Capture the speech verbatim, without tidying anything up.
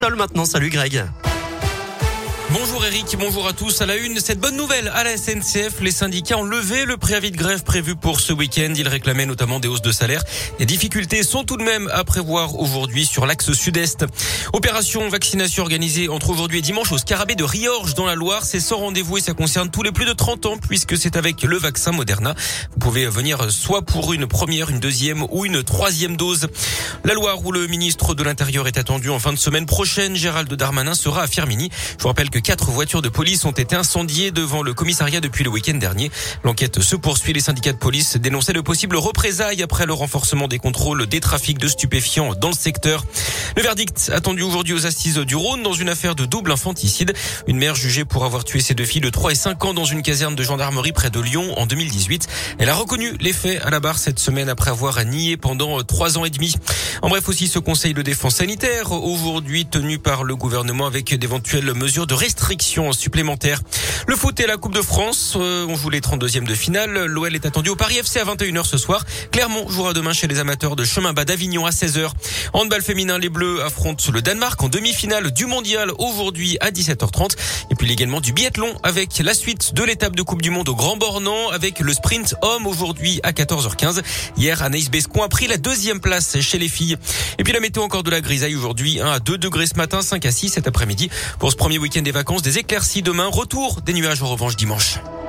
Maintenant, salut Greg. Bonjour Eric, bonjour à tous. À la une, cette bonne nouvelle à la S N C F, les syndicats ont levé le préavis de grève prévu pour ce week-end. Ils réclamaient notamment des hausses de salaire. Les difficultés sont tout de même à prévoir aujourd'hui sur l'axe sud-est. Opération vaccination organisée entre aujourd'hui et dimanche au Scarabée de Riorges dans la Loire. C'est sans rendez-vous et ça concerne tous les plus de trente ans puisque c'est avec le vaccin Moderna. Vous pouvez venir soit pour une première, une deuxième ou une troisième dose. La Loire où le ministre de l'Intérieur est attendu en fin de semaine prochaine. Gérald Darmanin sera à Firminy. Je vous rappelle que quatre voitures de police ont été incendiées devant le commissariat depuis le week-end dernier. L'enquête se poursuit. Les syndicats de police dénonçaient de possibles représailles après le renforcement des contrôles des trafics de stupéfiants dans le secteur. Le verdict attendu aujourd'hui aux assises du Rhône dans une affaire de double infanticide. Une mère jugée pour avoir tué ses deux filles de trois et cinq ans dans une caserne de gendarmerie près de Lyon en deux mille dix-huit. Elle a reconnu les faits à la barre cette semaine après avoir nié pendant trois ans et demi. En bref aussi ce conseil de défense sanitaire aujourd'hui tenu par le gouvernement avec d'éventuelles mesures de restrictions supplémentaires. Le foot et la Coupe de France, euh, on joue les trente-deuxièmes de finale. L'O L est attendu au Paris F C à vingt et une heures ce soir. Clermont jouera demain chez les amateurs de chemin bas d'Avignon à seize heures. Handball féminin, les Bleus affrontent le Danemark en demi-finale du mondial aujourd'hui à dix-sept heures trente. Et puis également du biathlon avec la suite de l'étape de Coupe du Monde au Grand Bornand avec le sprint homme aujourd'hui à quatorze heures quinze. Hier, Anaïs Bescon a pris la deuxième place chez les filles. Et puis la météo encore de la grisaille aujourd'hui, un à deux degrés ce matin, cinq à six cet après-midi. Pour ce premier week-end des vacances, des éclaircies demain, retour des nuages en revanche dimanche.